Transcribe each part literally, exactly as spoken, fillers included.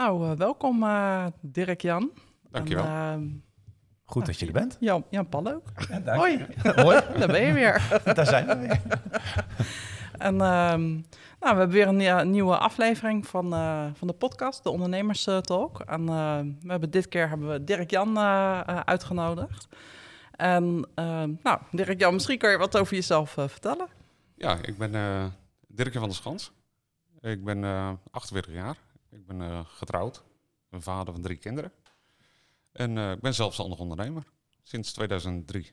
Nou, uh, welkom uh, Dirk-Jan. Dankjewel. En, uh, Goed uh, dat je er bent. Jan, Jan Paul ook. Ja, dank Hoi. Hoi. Daar ben je weer. Daar zijn we weer. En uh, nou, we hebben weer een uh, nieuwe aflevering van, uh, van de podcast, de Ondernemers uh, Talk. En uh, we hebben dit keer hebben we Dirk-Jan uh, uh, uitgenodigd. En uh, nou, Dirk-Jan, misschien kan je wat over jezelf uh, vertellen. Ja, ik ben uh, Dirk-Jan van der Schans. Ik ben uh, achtenveertig jaar. Ik ben uh, getrouwd. Een vader van drie kinderen. En uh, ik ben zelfstandig ondernemer. Sinds tweeduizend drie.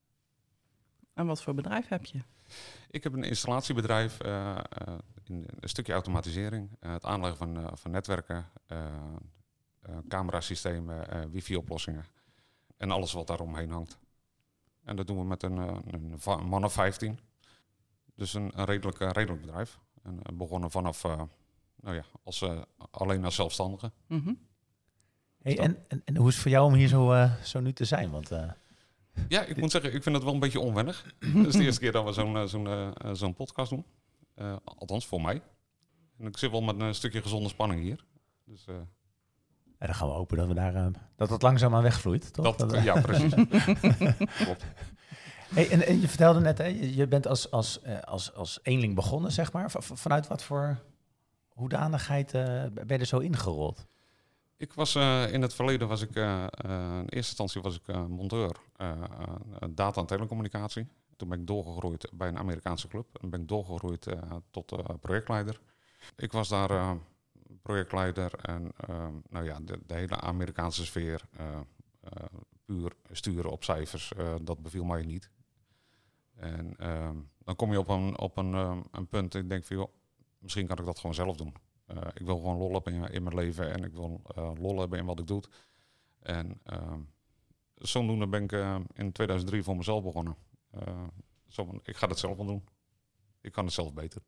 En wat voor bedrijf heb je? Ik heb een installatiebedrijf. Uh, uh, in een stukje automatisering. Uh, het aanleggen van, uh, van netwerken. Uh, uh, camerasystemen. Uh, wifi-oplossingen. En alles wat daaromheen hangt. En dat doen we met een, uh, een, een man of vijftien. Dus een, een redelijk, uh, redelijk bedrijf. En uh, begonnen vanaf... Uh, Nou ja, als, uh, alleen als zelfstandige. Mm-hmm. Hey, en, en, en hoe is het voor jou om hier zo, uh, zo nu te zijn? Want, uh... Ja, ik moet zeggen, ik vind het wel een beetje onwennig. Het is de eerste keer dat we zo'n, uh, zo'n, uh, zo'n podcast doen. Uh, althans, voor mij. En ik zit wel met een stukje gezonde spanning hier. Dus, uh... ja, dan gaan we hopen dat we daar uh, dat het langzaamaan wegvloeit, toch? Dat, dat, uh... Ja, precies. Klopt. Hey, en, en je vertelde net, hè, je bent als, als, uh, als, als eenling begonnen, zeg maar. V- vanuit wat voor... hoedanigheid uh, ben je er zo ingerold? Ik was uh, in het verleden was ik uh, uh, in eerste instantie was ik uh, monteur uh, uh, data en telecommunicatie. Toen ben ik doorgegroeid bij een Amerikaanse club. En ben ik doorgegroeid uh, tot uh, projectleider. Ik was daar uh, projectleider en uh, nou ja, de, de hele Amerikaanse sfeer, uh, uh, puur sturen op cijfers, uh, dat beviel mij niet. En uh, dan kom je op een, op een, uh, een punt en ik denk van joh, misschien kan ik dat gewoon zelf doen. Uh, ik wil gewoon lol hebben in, in mijn leven en ik wil uh, lol hebben in wat ik doe. En uh, zodoende ben ik uh, in tweeduizend drie voor mezelf begonnen. Uh, zo, ik ga het zelf wel doen. Ik kan het zelf beter.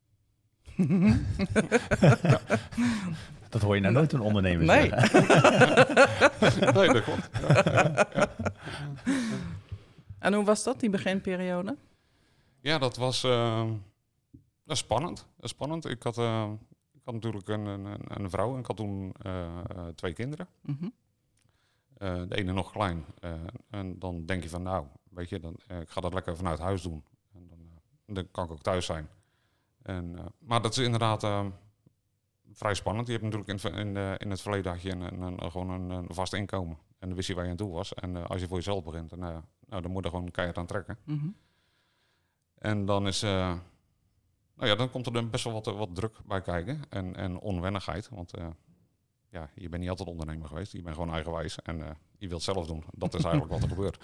Ja. Dat hoor je nou nooit een ondernemer nee. zeggen. Nee, dat klopt. Ja, ja, ja. En hoe was dat, die beginperiode? Ja, dat was... Uh, Dat is spannend. Dat is spannend. Ik had, uh, ik had natuurlijk een, een, een vrouw en ik had toen uh, uh, twee kinderen. Mm-hmm. Uh, de ene nog klein. Uh, en dan denk je van nou, weet je, dan, uh, ik ga dat lekker vanuit huis doen. En dan, uh, dan kan ik ook thuis zijn. En, uh, maar dat is inderdaad uh, vrij spannend. Je hebt natuurlijk in, in, uh, in het verleden had je een, een, een, gewoon een, een vast inkomen. En dan wist je waar je aan toe was. En uh, als je voor jezelf begint, dan, uh, nou, dan moet je er gewoon keihard aan trekken. Mm-hmm. En dan is... Uh, Nou ja, dan komt er best wel wat, wat druk bij kijken en, en onwennigheid. Want uh, ja, je bent niet altijd ondernemer geweest. Je bent gewoon eigenwijs en uh, je wilt zelf doen. Dat is eigenlijk wat er gebeurt.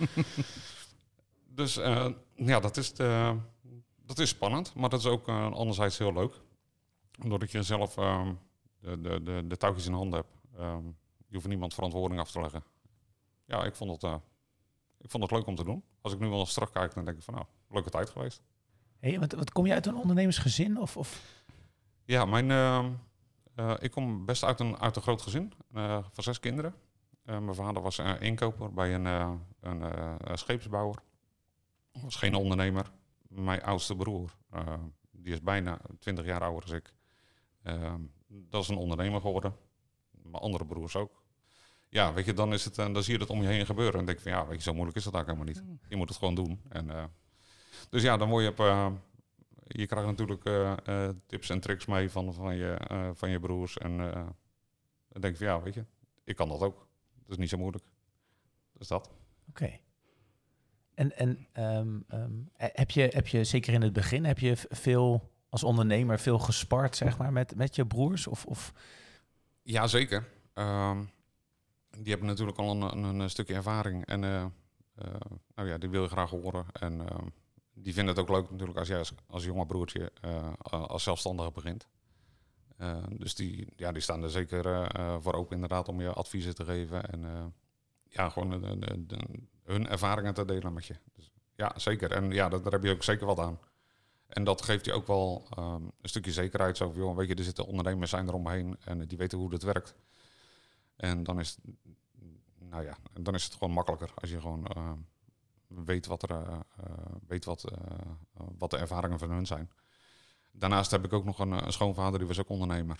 Dus uh, ja, dat is, de, dat is spannend. Maar dat is ook uh, anderzijds heel leuk. Doordat je zelf uh, de, de, de, de touwtjes in handen hebt. Um, je hoeft niemand verantwoording af te leggen. Ja, ik vond, het, uh, ik vond het leuk om te doen. Als ik nu wel eens terugkijk, dan denk ik van nou, leuke tijd geweest. Hey, wat, wat kom je uit een ondernemersgezin? Of, of? Ja, mijn, uh, uh, ik kom best uit een, uit een groot gezin uh, van zes kinderen. Uh, mijn vader was uh, inkoper bij een, uh, een uh, scheepsbouwer. Was geen ondernemer. Mijn oudste broer, uh, die is bijna twintig jaar ouder dan ik. Uh, dat is een ondernemer geworden. Mijn andere broers ook. Ja, weet je, dan, is het, uh, dan zie je het om je heen gebeuren. En denk van ja, weet je, zo moeilijk is dat eigenlijk helemaal niet. Je moet het gewoon doen. En... Uh, Dus ja, dan word je op... Uh, je krijgt natuurlijk uh, uh, tips en tricks mee van, van, je, uh, van je broers. En uh, dan denk je van ja, weet je, ik kan dat ook. Dat is niet zo moeilijk. Dus dat. Oké. Okay. En, en um, um, heb, je, heb je, zeker in het begin, heb je veel als ondernemer veel gespart, zeg maar, met, met je broers? Of, of... Ja, zeker. Um, die hebben natuurlijk al een, een, een stukje ervaring. En uh, uh, nou ja, die wil je graag horen. En... Uh, Die vinden het ook leuk natuurlijk als jij als, als jonge broertje uh, als zelfstandige begint. Uh, dus die, ja, die staan er zeker uh, voor open inderdaad om je adviezen te geven. En uh, ja, gewoon de, de, de, hun ervaringen te delen met je. Dus, ja, zeker. En ja, dat, daar heb je ook zeker wat aan. En dat geeft je ook wel um, een stukje zekerheid. Zo van, joh, weet je, er zitten ondernemers zijn er omheen en die weten hoe dat werkt. En dan is, nou ja, dan is het gewoon makkelijker als je gewoon... Uh, weet wat, er, uh, uh, weet wat, uh, uh, wat de ervaringen van hun zijn. Daarnaast heb ik ook nog een, een schoonvader, die was ook ondernemer.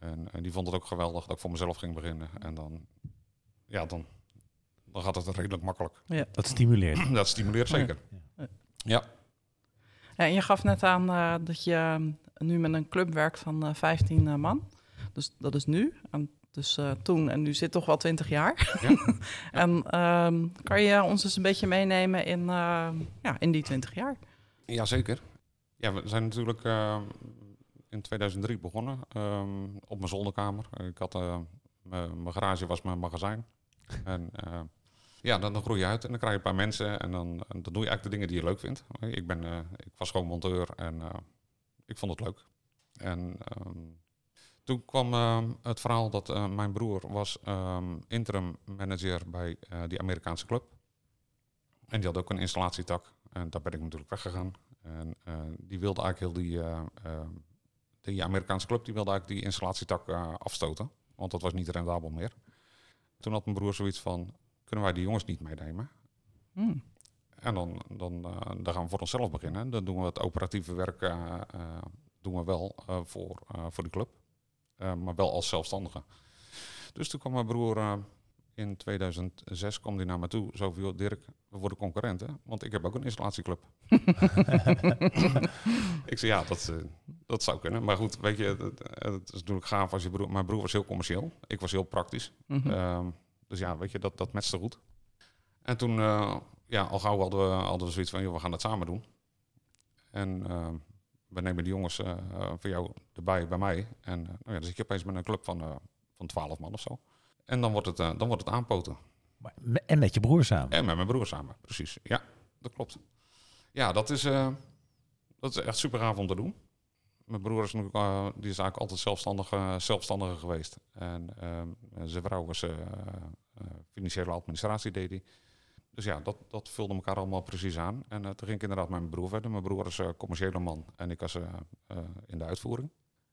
En, en die vond het ook geweldig dat ik voor mezelf ging beginnen. En dan, ja, dan, dan gaat het redelijk makkelijk. Ja. Dat stimuleert. Dat stimuleert zeker. Ja. Ja. Ja, en je gaf net aan uh, dat je nu met een club werkt van uh, vijftien uh, man. Dus dat is nu. En dus uh, toen en nu zit toch wel twintig jaar. Ja. Ja. En um, kan je ons eens een beetje meenemen in, uh, ja, in die twintig jaar? Jazeker. Ja, we zijn natuurlijk uh, in tweeduizend drie begonnen um, op mijn zolderkamer. Ik had uh, mijn garage was mijn magazijn. En uh, ja, dan, dan groei je uit en dan krijg je een paar mensen en dan, en dan doe je eigenlijk de dingen die je leuk vindt. Ik, ben, uh, ik was gewoon monteur en uh, ik vond het leuk. En um, toen kwam uh, het verhaal dat uh, mijn broer was um, interim manager bij uh, die Amerikaanse club. En die had ook een installatietak en daar ben ik natuurlijk weggegaan. En uh, die wilde eigenlijk heel die, uh, uh, die Amerikaanse club, die wilde eigenlijk die installatietak uh, afstoten. Want dat was niet rendabel meer. Toen had mijn broer zoiets van, kunnen wij die jongens niet meenemen? Hmm. En dan, dan, uh, dan gaan we voor onszelf beginnen. Dan doen we het operatieve werk uh, uh, doen we wel uh, voor, uh, voor die club. Uh, maar wel als zelfstandige. Dus toen kwam mijn broer uh, in tweeduizend zes kwam die naar me toe. Zo van, Dirk, we worden concurrenten. Want ik heb ook een installatieclub. Ik zei, ja, dat, uh, dat zou kunnen. Maar goed, weet je, het, het is natuurlijk gaaf als je broer... Mijn broer was heel commercieel. Ik was heel praktisch. Mm-hmm. Uh, dus ja, weet je, dat, dat matchte goed. En toen, uh, ja, al gauw hadden we, hadden we zoiets van, joh, we gaan het samen doen. En uh, we nemen die jongens uh, voor jou erbij bij mij. En uh, nou ja, dan zit je opeens met een club van, uh, van twaalf man of zo. En dan wordt het, uh, dan wordt het aanpoten. En met je broer samen? En met mijn broer samen, precies. Ja, dat klopt. Ja, dat is, uh, dat is echt super gaaf om te doen. Mijn broer is, natuurlijk, uh, die is eigenlijk altijd zelfstandig, uh, zelfstandiger geweest. En uh, zijn vrouw was uh, uh, financiële administratie deed hij. Dus ja, dat, dat vulde elkaar allemaal precies aan. En uh, toen ging ik inderdaad met mijn broer verder. Mijn broer is uh, commerciële man en ik was uh, uh, in de uitvoering.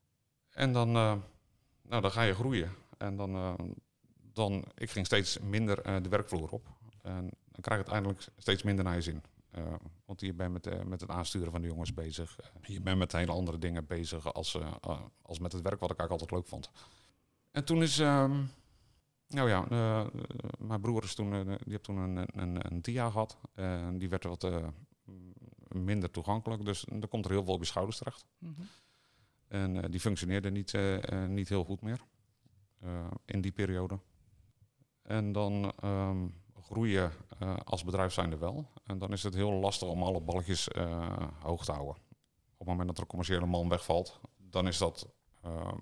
En dan, uh, nou, dan ga je groeien. En dan, uh, dan ik ging steeds minder uh, de werkvloer op. En dan krijg je uiteindelijk steeds minder naar je zin. Uh, want je bent met, uh, met het aansturen van de jongens bezig. Uh, je bent met hele andere dingen bezig als, uh, uh, als met het werk wat ik eigenlijk altijd leuk vond. En toen is... Uh, nou ja, uh, mijn broer is toen, uh, die heeft toen een, een, een T I A gehad. Uh, die werd wat uh, minder toegankelijk. Dus er komt er heel veel op je schouders terecht. Mm-hmm. En uh, die functioneerde niet, uh, uh, niet heel goed meer. Uh, in die periode. En dan um, groeien uh, als bedrijf zijnde wel. En dan is het heel lastig om alle balletjes uh, hoog te houden. Op het moment dat er een commerciële man wegvalt, dan is dat... Um,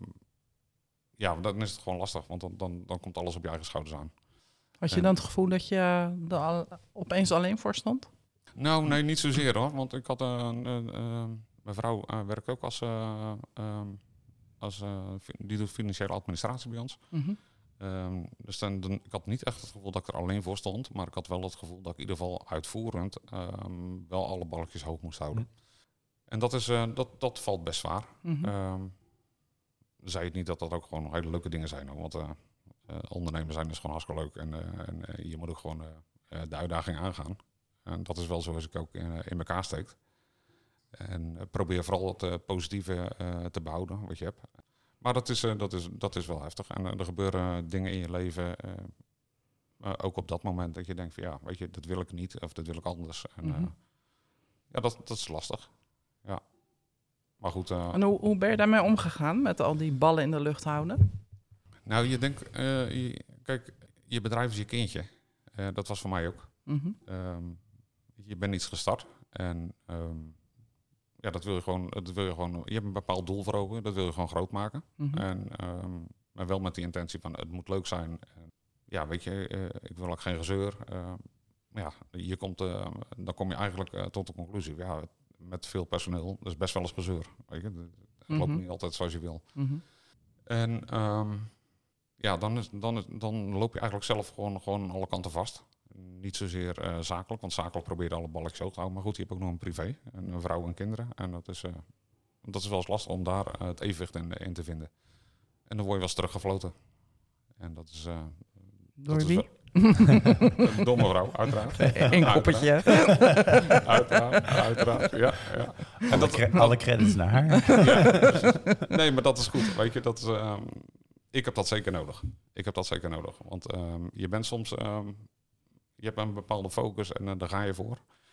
ja, dan is het gewoon lastig, want dan, dan, dan komt alles op je eigen schouders aan. Had je en, dan het gevoel dat je er al, opeens alleen voor stond? Nou, nee, niet zozeer hoor. Want ik had een... Uh, uh, mijn vrouw uh, werkt ook als... Uh, um, als uh, die doet financiële administratie bij ons. Mm-hmm. Um, dus dan, dan, ik had niet echt het gevoel dat ik er alleen voor stond. Maar ik had wel het gevoel dat ik in ieder geval uitvoerend... Um, wel alle balkjes hoog moest houden. Mm. En dat, is, uh, dat, dat valt best zwaar. Mm-hmm. Um, zei het niet dat dat ook gewoon hele leuke dingen zijn. Want uh, uh, ondernemen zijn is gewoon hartstikke leuk. En, uh, en uh, je moet ook gewoon uh, de uitdaging aangaan. En dat is wel zoals ik ook in, uh, in elkaar steek. En uh, probeer vooral het uh, positieve uh, te behouden wat je hebt. Maar dat is, uh, dat is, dat is wel heftig. En uh, er gebeuren dingen in je leven... Uh, uh, ook op dat moment dat je denkt van ja, weet je, dat wil ik niet. Of dat wil ik anders. En, uh, mm-hmm. Ja, dat, dat is lastig. Ja. Maar goed, uh, en hoe, hoe ben je daarmee omgegaan met al die ballen in de lucht houden? Nou, je denkt, uh, je, kijk, je bedrijf is je kindje. Uh, dat was voor mij ook. Mm-hmm. Um, je bent iets gestart en um, ja, dat wil je gewoon, dat wil je gewoon. Je hebt een bepaald doel voor ogen, dat wil je gewoon groot maken. Mm-hmm. En um, maar wel met die intentie van het moet leuk zijn. En, ja, weet je, uh, ik wil ook geen gezeur. Uh, ja, je komt, uh, dan kom je eigenlijk uh, tot de conclusie. Ja, met veel personeel, dat is best wel eens gezeur. Weet je, het mm-hmm. loopt niet altijd zoals je wil. Mm-hmm. En um, ja, dan, is, dan, is, dan loop je eigenlijk zelf gewoon, gewoon aan alle kanten vast. Niet zozeer uh, zakelijk, want zakelijk probeer je alle balletjes hoog te houden. Maar goed, je hebt ook nog een privé, en een vrouw en kinderen. En dat is, uh, dat is wel eens lastig om daar uh, het evenwicht in, in te vinden. En dan word je wel eens teruggefloten. En dat is... Uh, Door dat wie? Is wel, Een domme vrouw, uiteraard. Eén koppertje. Uiteraard, uiteraard, uiteraard, ja. ja. En Alle, dat, cre- dat- alle credits naar haar. ja, precies. Nee, maar dat is goed. Weet je, dat is, um, ik heb dat zeker nodig. Ik heb dat zeker nodig. Want um, je bent soms... Um, je hebt een bepaalde focus en uh, daar ga je voor.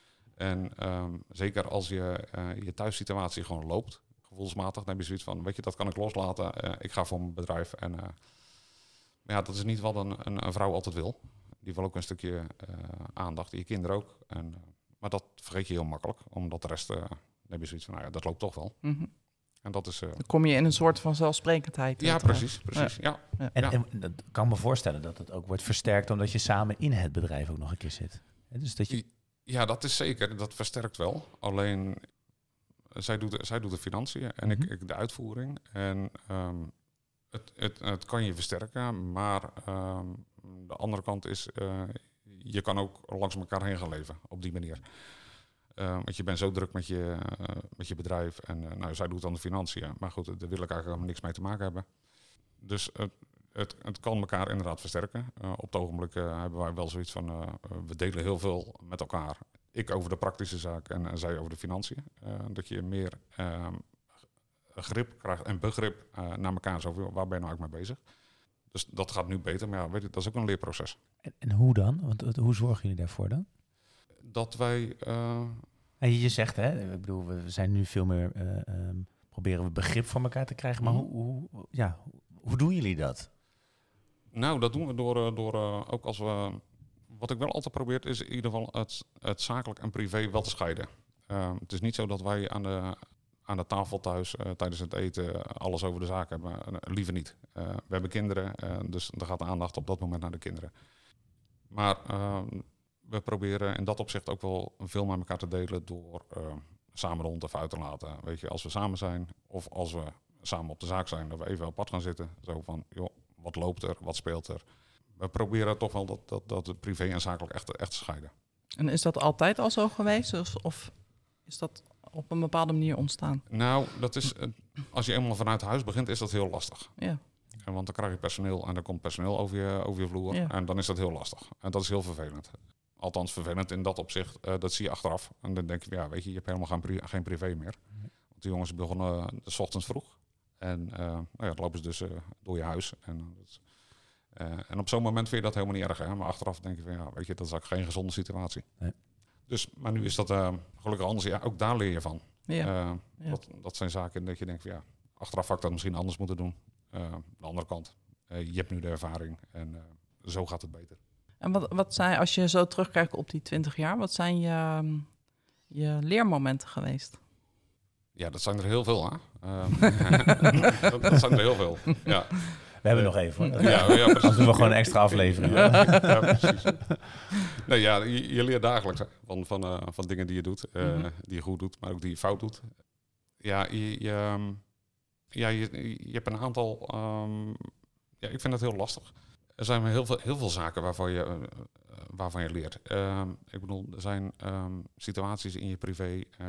En um, zeker als je uh, je thuissituatie gewoon loopt, gevoelsmatig, dan heb je zoiets van, weet je, dat kan ik loslaten. Uh, ik ga voor mijn bedrijf. En uh, ja, dat is niet wat een, een, een vrouw altijd wil. Die wil ook een stukje uh, aandacht. Je kinderen ook. En, uh, maar dat vergeet je heel makkelijk. Omdat de rest, uh, dan heb je zoiets van, nou ja, dat loopt toch wel. Mm-hmm. En dat is... Uh, Dan kom je in een soort van zelfsprekendheid. ja, precies. precies ja. Ja. En, Ja. en dat kan me voorstellen dat het ook wordt versterkt omdat je samen in het bedrijf ook nog een keer zit. Hè, dus dat je... Ja, dat is zeker. Dat versterkt wel. Alleen, zij doet, de- zij doet de financiën en Mhm. ik, ik de uitvoering. En um, het, het, het kan je versterken, maar um, de andere kant is, uh, je kan ook langs elkaar heen gaan leven op die manier. Uh, want je bent zo druk met je, uh, met je bedrijf en uh, nou, zij doet dan de financiën. Maar goed, daar wil ik eigenlijk helemaal niks mee te maken hebben. Dus uh, het, het kan elkaar inderdaad versterken. Uh, op het ogenblik uh, hebben wij wel zoiets van, uh, we delen heel veel met elkaar. Ik over de praktische zaak en uh, zij over de financiën. Uh, dat je meer uh, grip krijgt en begrip uh, naar elkaar. Zo, waar ben je nou eigenlijk mee bezig? Dus dat gaat nu beter, maar ja, weet je, dat is ook een leerproces. En, en hoe dan? Want wat- hoe zorgen jullie daarvoor dan? Dat wij... Uh, En je zegt, hè, ik bedoel, we zijn nu veel meer, uh, um, proberen we begrip voor elkaar te krijgen. Maar hoe, hoe, ja, hoe doen jullie dat? Nou, dat doen we door, door uh, ook als we... Wat ik wel altijd probeer is in ieder geval het, het zakelijk en privé wel te scheiden. Uh, het is niet zo dat wij aan de, aan de tafel thuis uh, tijdens het eten alles over de zaak hebben. Uh, liever niet. Uh, we hebben kinderen, uh, dus er gaat de aandacht op dat moment naar de kinderen. Maar uh, we proberen in dat opzicht ook wel veel met elkaar te delen door uh, samen de hond even uit te laten. Weet je, als we samen zijn of als we samen op de zaak zijn, dat we even apart gaan zitten. Zo van, joh, wat loopt er, wat speelt er? We proberen toch wel dat, dat, dat het privé en zakelijk echt, echt te scheiden. En is dat altijd al zo geweest? Of, of is dat op een bepaalde manier ontstaan? Nou, dat is, als je eenmaal vanuit huis begint, is dat heel lastig. Ja. En want dan krijg je personeel en dan komt personeel over je, over je vloer. Ja. En dan is dat heel lastig. En dat is heel vervelend. Althans vervelend in dat opzicht. Uh, dat zie je achteraf. En dan denk je, ja, weet je, je hebt helemaal geen, pri- geen privé meer. Want die jongens begonnen uh, s ochtends vroeg. En uh, nou ja, dan lopen ze dus uh, door je huis. En, uh, dat, uh, en op zo'n moment vind je dat helemaal niet erg. Hè? Maar achteraf denk je van, ja, weet je, dat is eigenlijk geen gezonde situatie. Nee. Dus, maar nu is dat uh, gelukkig anders. Ja, ook daar leer je van. Ja. Uh, Ja. dat, dat zijn zaken dat je denkt van, ja, achteraf had ik dat misschien anders moeten doen. Uh, aan de andere kant, uh, je hebt nu de ervaring en uh, zo gaat het beter. En wat, wat zijn, als je zo terugkijkt op die twintig jaar, wat zijn je, um, je leermomenten geweest? Ja, dat zijn er heel veel, hè? Uh, dat, dat zijn er heel veel, ja. We hebben uh, nog even, hoor. Ja, ja, precies. Dan doen we gewoon een extra aflevering. Ja, ja, precies. Nee, ja, je, je leert dagelijks hè, van, van, uh, van dingen die je doet, uh, mm-hmm. die je goed doet, maar ook die je fout doet. Ja, je, je, um, ja, je, je hebt een aantal... Um, ja, ik vind dat heel lastig. Er zijn heel veel, heel veel zaken waarvan je, uh, waarvan je leert. Uh, ik bedoel, er zijn um, situaties in je privé uh,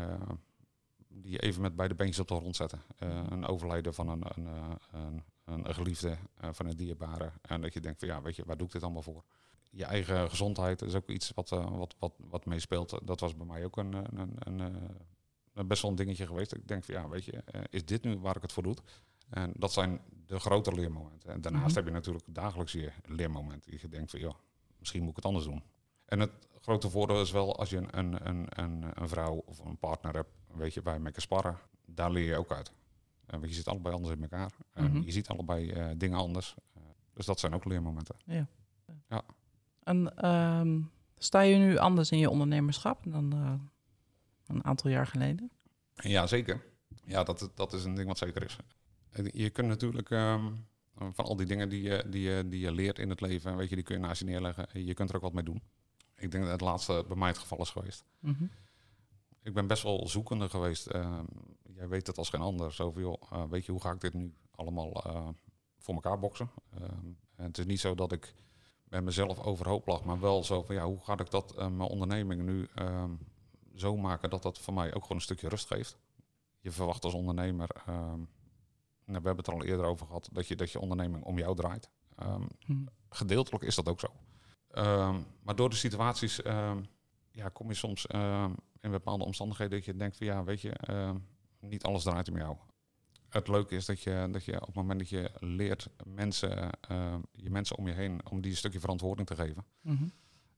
die je even met beide beentjes op de grond zetten. Uh, een overlijden van een, een, een, een, een geliefde, uh, van een dierbare. En dat je denkt van ja, weet je, waar doe ik dit allemaal voor? Je eigen gezondheid is ook iets wat, uh, wat, wat, wat meespeelt. Dat was bij mij ook een, een, een, een best wel een dingetje geweest. Ik denk van ja, weet je, uh, is dit nu waar ik het voor doe? En dat zijn de grote leermomenten. En daarnaast mm-hmm. heb je natuurlijk dagelijks je leermomenten. Je denkt van, joh, misschien moet ik het anders doen. En het grote voordeel is wel, als je een, een, een, een, een vrouw of een partner hebt, weet je, waar je mee kan sparren, daar leer je ook uit. En je zit allebei anders in elkaar. Mm-hmm. En je ziet allebei uh, dingen anders. Uh, dus dat zijn ook leermomenten. Ja. Ja. En um, sta je nu anders in je ondernemerschap dan uh, een aantal jaar geleden? Ja, zeker. Ja, dat, dat is een ding wat zeker is. Je kunt natuurlijk um, van al die dingen die je, die, je, die je leert in het leven, weet je, die kun je naast je neerleggen. Je kunt er ook wat mee doen. Ik denk dat het laatste bij mij het geval is geweest. Mm-hmm. Ik ben best wel zoekende geweest. Uh, jij weet het als geen ander. Zo van, joh, uh, weet je, hoe ga ik dit nu allemaal uh, voor elkaar boksen? Uh, en het is niet zo dat ik met mezelf overhoop lag, maar wel zo van, ja, hoe ga ik dat, uh, mijn onderneming nu uh, zo maken dat dat voor mij ook gewoon een stukje rust geeft? Je verwacht als ondernemer... Uh, Nou, we hebben het er al eerder over gehad, dat je, dat je onderneming om jou draait. Um, hmm. Gedeeltelijk is dat ook zo. Um, maar door de situaties um, ja, kom je soms um, in bepaalde omstandigheden dat je denkt van ja, weet je, um, niet alles draait om jou. Het leuke is dat je, dat je op het moment dat je leert mensen, uh, je mensen om je heen, om die een stukje verantwoording te geven. Mm-hmm.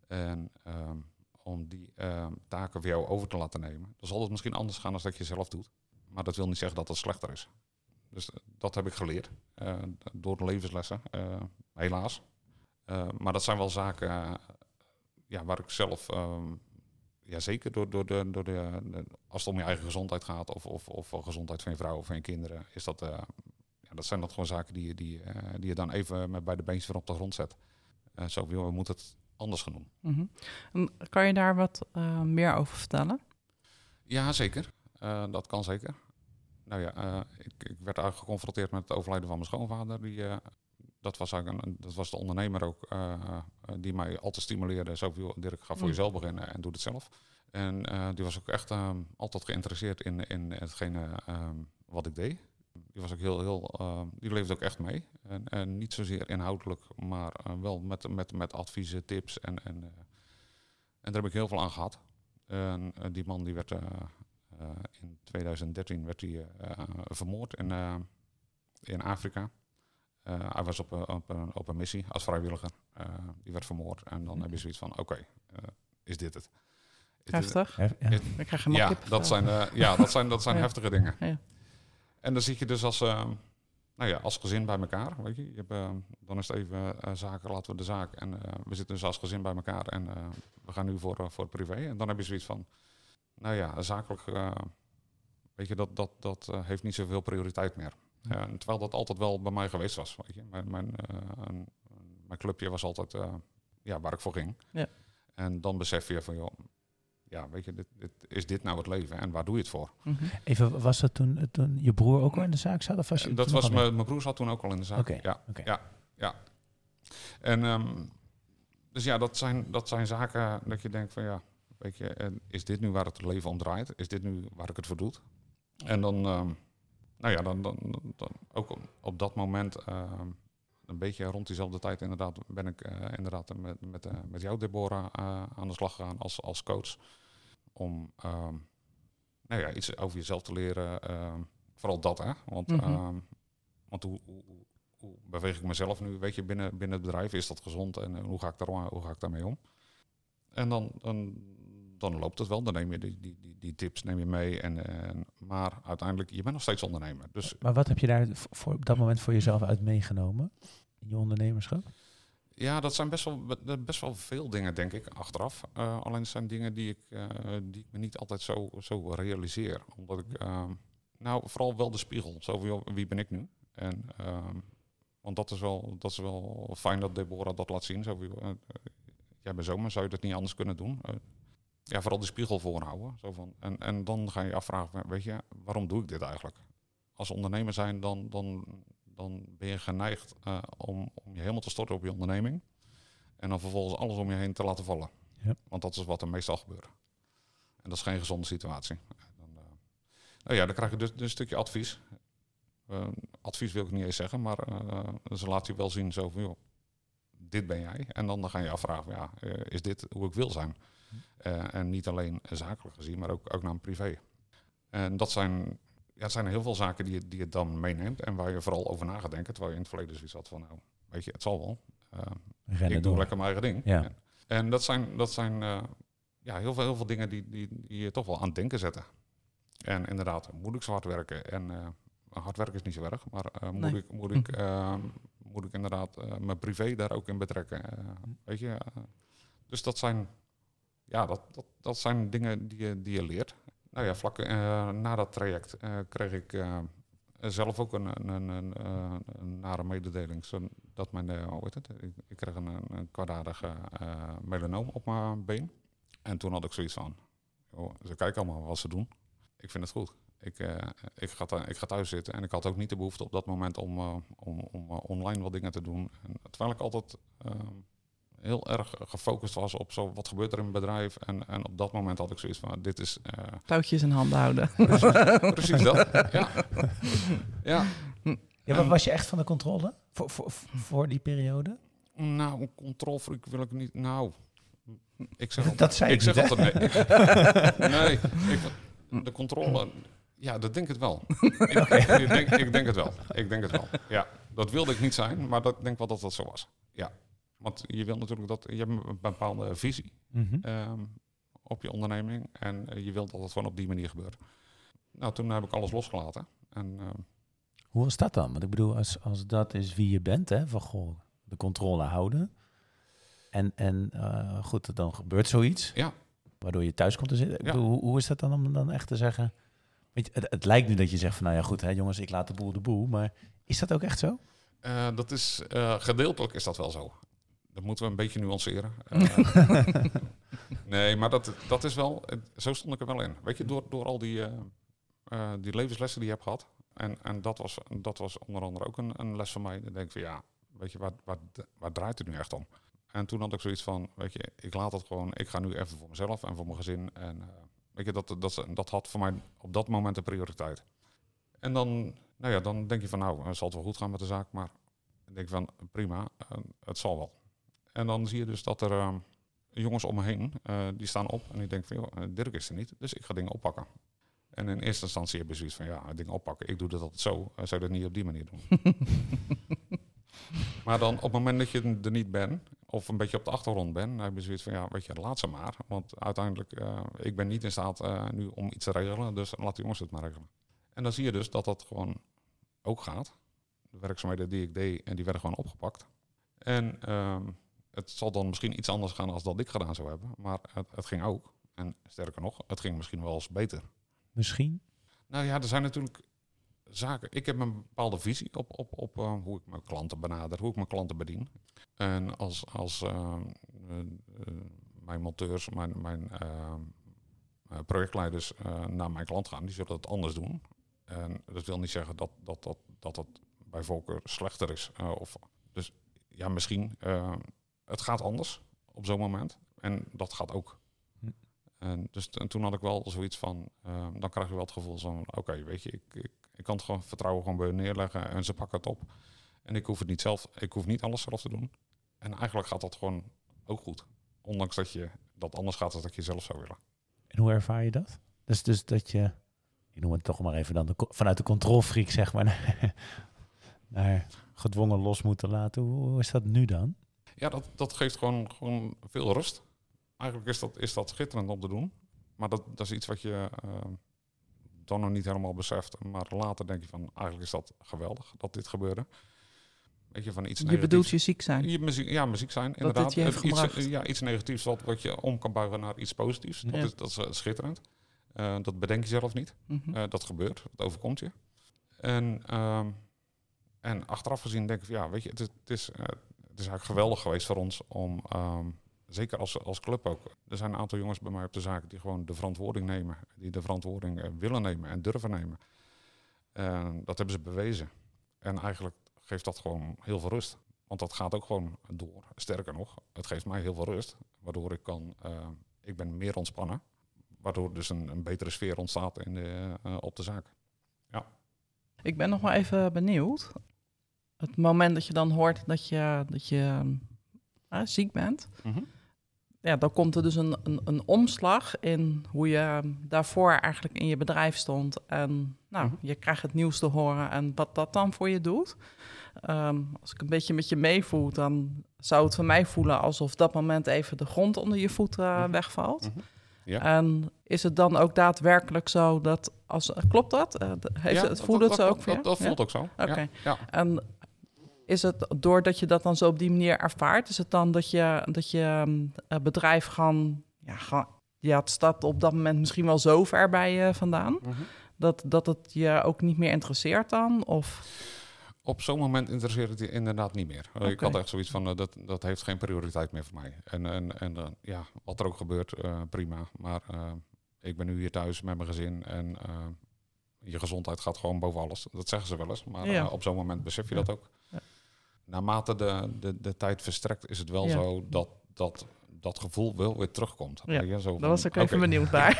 En um, om die um, taken voor jou over te laten nemen. Dan zal het misschien anders gaan dan dat je zelf doet. Maar dat wil niet zeggen dat het slechter is. Dus uh, dat heb ik geleerd. Uh, door de levenslessen, uh, helaas. Uh, maar dat zijn wel zaken uh, ja, waar ik zelf... Um, ja, zeker door, door, de, door de, de... Als het om je eigen gezondheid gaat... of, of, of gezondheid van je vrouw of van je kinderen... is dat... Uh, ja, dat zijn dat gewoon zaken die, die, uh, die je dan even met beide beentjes weer op de grond zet. Uh, zo, joh, we moeten het anders gaan doen. Mm-hmm. Kan je daar wat uh, meer over vertellen? Ja, zeker. Uh, dat kan zeker. Nou ja, uh, ik, ik werd eigenlijk geconfronteerd met het overlijden van mijn schoonvader. Die, uh, dat, was eigenlijk een, dat was de ondernemer ook uh, uh, die mij altijd stimuleerde. Zo van, Dirk, ga voor mm. jezelf beginnen en doe het zelf. En uh, die was ook echt uh, altijd geïnteresseerd in, in hetgene uh, wat ik deed. Die was ook heel, heel, uh, die leefde ook echt mee. En, en niet zozeer inhoudelijk, maar uh, wel met, met, met adviezen, tips. En, en, uh, en daar heb ik heel veel aan gehad. En uh, die man die werd uh, uh, in twintig dertien werd hij, uh, vermoord in, uh, in Afrika. Uh, hij was op, op, op, op een missie als vrijwilliger. Uh, die werd vermoord. En dan heb je zoiets van, oké, okay, uh, is dit het? Heftig. Ja, ja. Ik krijg helemaal ja, kip. dat zijn, uh, ja, dat zijn, dat zijn ja. heftige dingen. Ja. En dan zit je dus als, uh, nou ja, als gezin bij elkaar. Weet je? Je hebt, uh, dan is het even uh, zaken, laten we de zaak. En uh, we zitten dus als gezin bij elkaar. En uh, we gaan nu voor, uh, voor het privé. En dan heb je zoiets van, nou ja, zakelijk, uh, weet je, dat, dat, dat uh, heeft niet zoveel prioriteit meer. Uh, terwijl dat altijd wel bij mij geweest was. Weet je? Mijn, mijn, uh, een, mijn clubje was altijd uh, ja, waar ik voor ging. Ja. En dan besef je van, joh, ja, weet je, dit, dit, is dit nou het leven en waar doe je het voor? Mm-hmm. Even, was dat toen, toen je broer ook al in de zaak zat? Of was je dat was mijn broer zat toen ook al in de zaak. Okay. Ja, okay. ja, ja. En um, dus ja, dat zijn, dat zijn zaken dat je denkt van ja, weet je, is dit nu waar het leven om draait? Is dit nu waar ik het voor doe? En dan, um, nou ja, dan, dan, dan ook op, op dat moment, um, een beetje rond diezelfde tijd inderdaad, ben ik uh, inderdaad met, met, uh, met jou, Deborah, uh, aan de slag gegaan als, als coach. Om um, nou ja, iets over jezelf te leren. Um, vooral dat, hè. Want, mm-hmm. um, want hoe, hoe, hoe beweeg ik mezelf nu, weet je, binnen, binnen het bedrijf? Is dat gezond en uh, hoe, ga ik daar, hoe ga ik daarmee om? En dan, dan, dan loopt het wel. Dan neem je die, die, die, die tips neem je mee. En, en, maar uiteindelijk, je bent nog steeds ondernemer. Dus, maar wat heb je daar voor, op dat moment voor jezelf uit meegenomen? In je ondernemerschap? Ja, dat zijn best wel, best wel veel dingen, denk ik, achteraf. Uh, alleen het zijn dingen die ik, uh, die ik me niet altijd zo, zo realiseer. Omdat ik, uh, nou, vooral wel de spiegel. Zo, wie ben ik nu? En, uh, want dat is, wel, dat is wel fijn dat Deborah dat laat zien. Zo, uh, jij bent zomaar, zou je dat niet anders kunnen doen? Uh, ja, vooral de spiegel voorhouden. Zo van, en, en dan ga je je afvragen, weet je, waarom doe ik dit eigenlijk? Als ondernemer zijn, dan... dan dan ben je geneigd uh, om, om je helemaal te storten op je onderneming. En dan vervolgens alles om je heen te laten vallen. Ja. Want dat is wat er meestal gebeurt. En dat is geen gezonde situatie. Dan, uh, nou ja, dan krijg je dus, dus een stukje advies. Uh, advies wil ik niet eens zeggen, maar uh, ze laat je wel zien zo van, joh, dit ben jij. En dan, dan ga je je afvragen, ja, uh, is dit hoe ik wil zijn? Uh, en niet alleen zakelijk gezien, maar ook, ook naar een privé. En dat zijn... Ja, het zijn er heel veel zaken die je, die je dan meeneemt en waar je vooral over na gaat denken. Terwijl je in het verleden zoiets had van, nou, weet je, het zal wel. Uh, ik doe door. lekker mijn eigen ding. Ja. En, en dat zijn, dat zijn uh, ja, heel, veel, heel veel dingen die, die, die je toch wel aan het denken zetten. En inderdaad, moet ik zo hard werken? En uh, hard werken is niet zo erg, maar uh, moet, nee. ik, moet, ik, uh, moet ik inderdaad uh, mijn privé daar ook in betrekken? Uh, weet je, uh, dus dat zijn, ja, dat, dat, dat zijn dingen die je, die je leert. Nou ja, vlak uh, na dat traject uh, kreeg ik uh, zelf ook een, een, een, een, een nare mededeling. Dat mijn, uh, hoe heet het? Ik, ik kreeg een, een kwaadaardige uh, melanoom op mijn been. En toen had ik zoiets van, joh, ze kijken allemaal wat ze doen. Ik vind het goed. Ik, uh, ik, ga th- ik ga thuis zitten en ik had ook niet de behoefte op dat moment om, uh, om, om uh, online wat dingen te doen. En terwijl ik altijd... Uh, heel erg gefocust was op zo, wat gebeurt er in het bedrijf. En, en op dat moment had ik zoiets van, dit is... Uh... touwtjes in handen houden. Precies, precies dat, ja. ja. Ja, maar was je echt van de controle voor, voor, voor die periode? Nou, een controlfreak wil ik niet... Nou, ik zeg altijd... Dat zei ik ik zeg niet, altijd nee. nee, ik, de controle... Ja, dat denk ik het wel. ik, ik, denk, ik denk het wel. Ik denk het wel. Ja, dat wilde ik niet zijn, maar dat ik denk wel dat dat zo was. Ja, want je wil natuurlijk dat... Je hebt een bepaalde visie Mm-hmm. um, op je onderneming. En uh, je wilt dat het gewoon op die manier gebeurt. Nou, toen heb ik alles losgelaten. En... Uh, Hoe was dat dan? Want ik bedoel, als, als dat is wie je bent, hè, van goh, de controle houden. En, en uh, goed, dan gebeurt zoiets. Ja. Waardoor je thuis komt te zitten. Ik Ja. bedoel, hoe, hoe is dat dan om dan echt te zeggen? Weet je, het, het lijkt nu dat je zegt van, nou ja, goed, hè, jongens, ik laat de boel de boel. Maar is dat ook echt zo? Uh, dat is, uh, gedeeltelijk is dat wel zo. Dat moeten we een beetje nuanceren. Uh, nee, maar dat, dat is wel, zo stond ik er wel in. Weet je, door, door al die, uh, uh, die levenslessen die je hebt gehad. En, en dat, was, dat was onder andere ook een, een les van mij. Dan denk ik van ja, weet je, waar, waar, waar draait het nu echt om? En toen had ik zoiets van, weet je, ik laat het gewoon. Ik ga nu even voor mezelf en voor mijn gezin. En uh, weet je, dat, dat, dat had voor mij op dat moment de prioriteit. En dan, nou ja, dan denk je van nou, zal het wel goed gaan met de zaak. Maar dan denk je van prima, uh, het zal wel. En dan zie je dus dat er uh, jongens om me heen, uh, die staan op. En ik denk van joh, Dirk is er niet, dus ik ga dingen oppakken. En in eerste instantie heb je zoiets van, ja, dingen oppakken. Ik doe dat altijd zo. Uh, zou je dat niet op die manier doen? Maar dan op het moment dat je er niet bent, of een beetje op de achtergrond bent, dan heb je zoiets van, ja, weet je, laat ze maar. Want uiteindelijk, uh, ik ben niet in staat uh, nu om iets te regelen, dus laat de jongens het maar regelen. En dan zie je dus dat dat gewoon ook gaat. De werkzaamheden die ik deed, en die werden gewoon opgepakt. En um, het zal dan misschien iets anders gaan als dat ik gedaan zou hebben, maar het, het ging ook. En sterker nog, het ging misschien wel eens beter. Misschien? Nou ja, er zijn natuurlijk zaken. Ik heb een bepaalde visie op, op, op uh, hoe ik mijn klanten benader, hoe ik mijn klanten bedien. En als, als uh, uh, uh, mijn monteurs, mijn, mijn uh, uh, projectleiders uh, naar mijn klant gaan, die zullen het anders doen. En dat wil niet zeggen dat dat, dat, dat, dat bij voorkeur slechter is. Uh, of, dus ja, misschien, uh, het gaat anders op zo'n moment. En dat gaat ook. En, dus, en toen had ik wel zoiets van, uh, dan krijg je wel het gevoel van, oké, okay, weet je, ik, ik, ik kan het gewoon vertrouwen gewoon bij hun neerleggen en ze pakken het op. En ik hoef het niet zelf, ik hoef niet alles zelf te doen. En eigenlijk gaat dat gewoon ook goed. Ondanks dat je dat anders gaat dan dat je zelf zou willen. En hoe ervaar je dat? Dus, dus dat je, ik noem het toch maar even dan, de, vanuit de controlfreak zeg maar, naar, naar gedwongen los moeten laten. Hoe, hoe is dat nu dan? Ja, dat, dat geeft gewoon, gewoon veel rust. Eigenlijk is dat, is dat schitterend om te doen. Maar dat, dat is iets wat je uh, dan nog niet helemaal beseft. Maar later denk je van, eigenlijk is dat geweldig dat dit gebeurde. Weet je, van iets negatiefs. Je bedoelt je ziek zijn? Je muziek, ja, muziek zijn, dat inderdaad. Dit je heeft iets, gebracht. ja, iets negatiefs wat, wat je om kan buigen naar iets positiefs. Ja. Dat, is, dat is uh, schitterend. Uh, dat bedenk je zelf niet. Mm-hmm. Uh, dat gebeurt, dat overkomt je. En, uh, en achteraf gezien denk ik van, ja, weet je, het is, het is, uh, het is eigenlijk geweldig geweest voor ons om... Um, Zeker als, als club ook. Er zijn een aantal jongens bij mij op de zaak die gewoon de verantwoording nemen. Die de verantwoording uh, willen nemen en durven nemen. Uh, dat hebben ze bewezen. En eigenlijk geeft dat gewoon heel veel rust. Want dat gaat ook gewoon door. Sterker nog, het geeft mij heel veel rust. Waardoor ik kan, uh, ik ben meer ontspannen. Waardoor dus een, een betere sfeer ontstaat in de, uh, op de zaak. Ja. Ik ben nog wel even benieuwd. Het moment dat je dan hoort dat je, dat je uh, ziek bent... Mm-hmm. Ja, dan komt er dus een, een, een omslag in hoe je daarvoor eigenlijk in je bedrijf stond. En nou, Mm-hmm. je krijgt het nieuws te horen en wat dat dan voor je doet. Um, als ik een beetje met je meevoel, dan zou het voor mij voelen alsof dat moment even de grond onder je voeten uh, Mm-hmm. wegvalt. Mm-hmm. Ja. En is het dan ook daadwerkelijk zo dat, als klopt dat? Uh, heeft ja, het, voelt het zo ook voor dat, dat, dat voelt ja? ook zo. Oké. Okay. Ja. En is het doordat je dat dan zo op die manier ervaart, is het dan dat je, dat je um, bedrijf gewoon, ja, gewoon, ja, het staat op dat moment misschien wel zo ver bij je vandaan, Mm-hmm. dat, dat het je ook niet meer interesseert dan? Of? Op zo'n moment interesseert het je inderdaad niet meer. Okay. Ik had echt zoiets van, uh, dat, dat heeft geen prioriteit meer voor mij. En, en, en uh, ja, wat er ook gebeurt, uh, prima. Maar uh, ik ben nu hier thuis met mijn gezin en uh, je gezondheid gaat gewoon boven alles. Dat zeggen ze wel eens, maar ja. uh, op zo'n moment besef je ja. dat ook. Ja. Naarmate de, de, de tijd verstrekt is het wel ja. zo dat, dat dat gevoel wel weer terugkomt. Ja, ja, zo van, daar was ik even okay. benieuwd naar.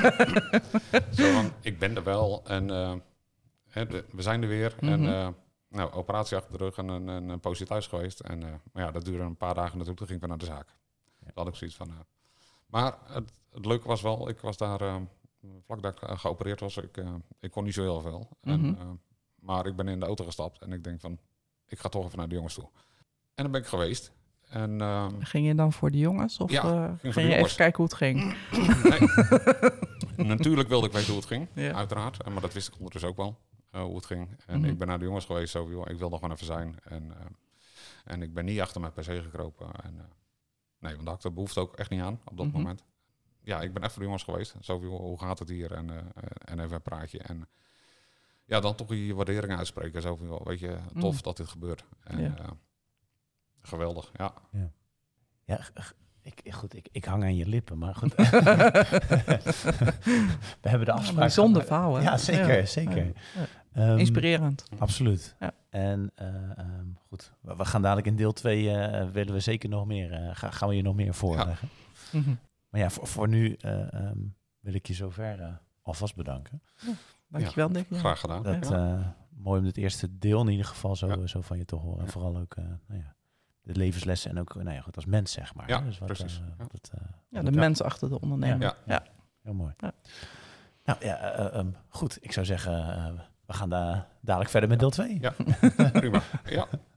Zo van, ik ben er wel en uh, hè, de, we zijn er weer. Mm-hmm. En uh, nou, operatie achter de rug en een, een, een poosje thuis geweest. En, uh, maar ja, dat duurde een paar dagen natuurlijk. Toen ging ik weer naar de zaak. Ja. Toen had ik zoiets van... Uh, maar het, het leuke was wel, ik was daar... Uh, vlak dat ik uh, geopereerd was, ik, uh, ik kon niet zo heel veel. Mm-hmm. En, uh, maar ik ben in de auto gestapt en ik denk van... Ik ga toch even naar de jongens toe. En dan ben ik geweest. En, uh, ging je dan voor de jongens? Of ja, uh, ging, ging je jongens. even kijken hoe het ging? Nee. Natuurlijk wilde ik weten hoe het ging, ja. uiteraard. Maar dat wist ik ondertussen ook wel, uh, hoe het ging. En mm-hmm. ik ben naar de jongens geweest, zo, joh, ik wil nog gewoon even zijn. En, uh, en ik ben niet achter mijn P C gekropen. En, uh, nee, want daar had ik de behoefte ook echt niet aan op dat mm-hmm. moment. Ja, ik ben echt voor de jongens geweest. Zo, joh, hoe gaat het hier? En, uh, en even een praatje. En ja, dan toch die waardering uitspreken. Zo, joh, weet je, tof mm. dat dit gebeurt. En, ja. uh, geweldig, ja. Ja, ja ik, goed, ik, ik hang aan je lippen, maar goed. We hebben de afspraak. Bijzonder verhaal, hè? Ja, zeker, ja. zeker. Ja. Um, Inspirerend. Absoluut. Ja. En uh, um, goed, we, we gaan dadelijk in deel twee, uh, willen we zeker nog meer, uh, ga, gaan we je nog meer voorleggen. Ja. Mm-hmm. Maar ja, voor, voor nu uh, um, wil ik je zover uh, alvast bedanken. Ja. Dankjewel, Dick. Ja, graag gedaan. Dat, ja. uh, mooi om het eerste deel in ieder geval zo, ja. zo van je te horen. En ja. vooral ook uh, nou ja, de levenslessen en ook nou ja, goed, als mens, zeg maar. Ja, dus wat, precies. Uh, ja, het, uh, ja de mens achter de ondernemer. Ja, ja. ja. heel mooi. Ja. Nou ja, uh, um, goed. Ik zou zeggen, uh, we gaan da- dadelijk verder met deel twee. Ja, prima. Ja.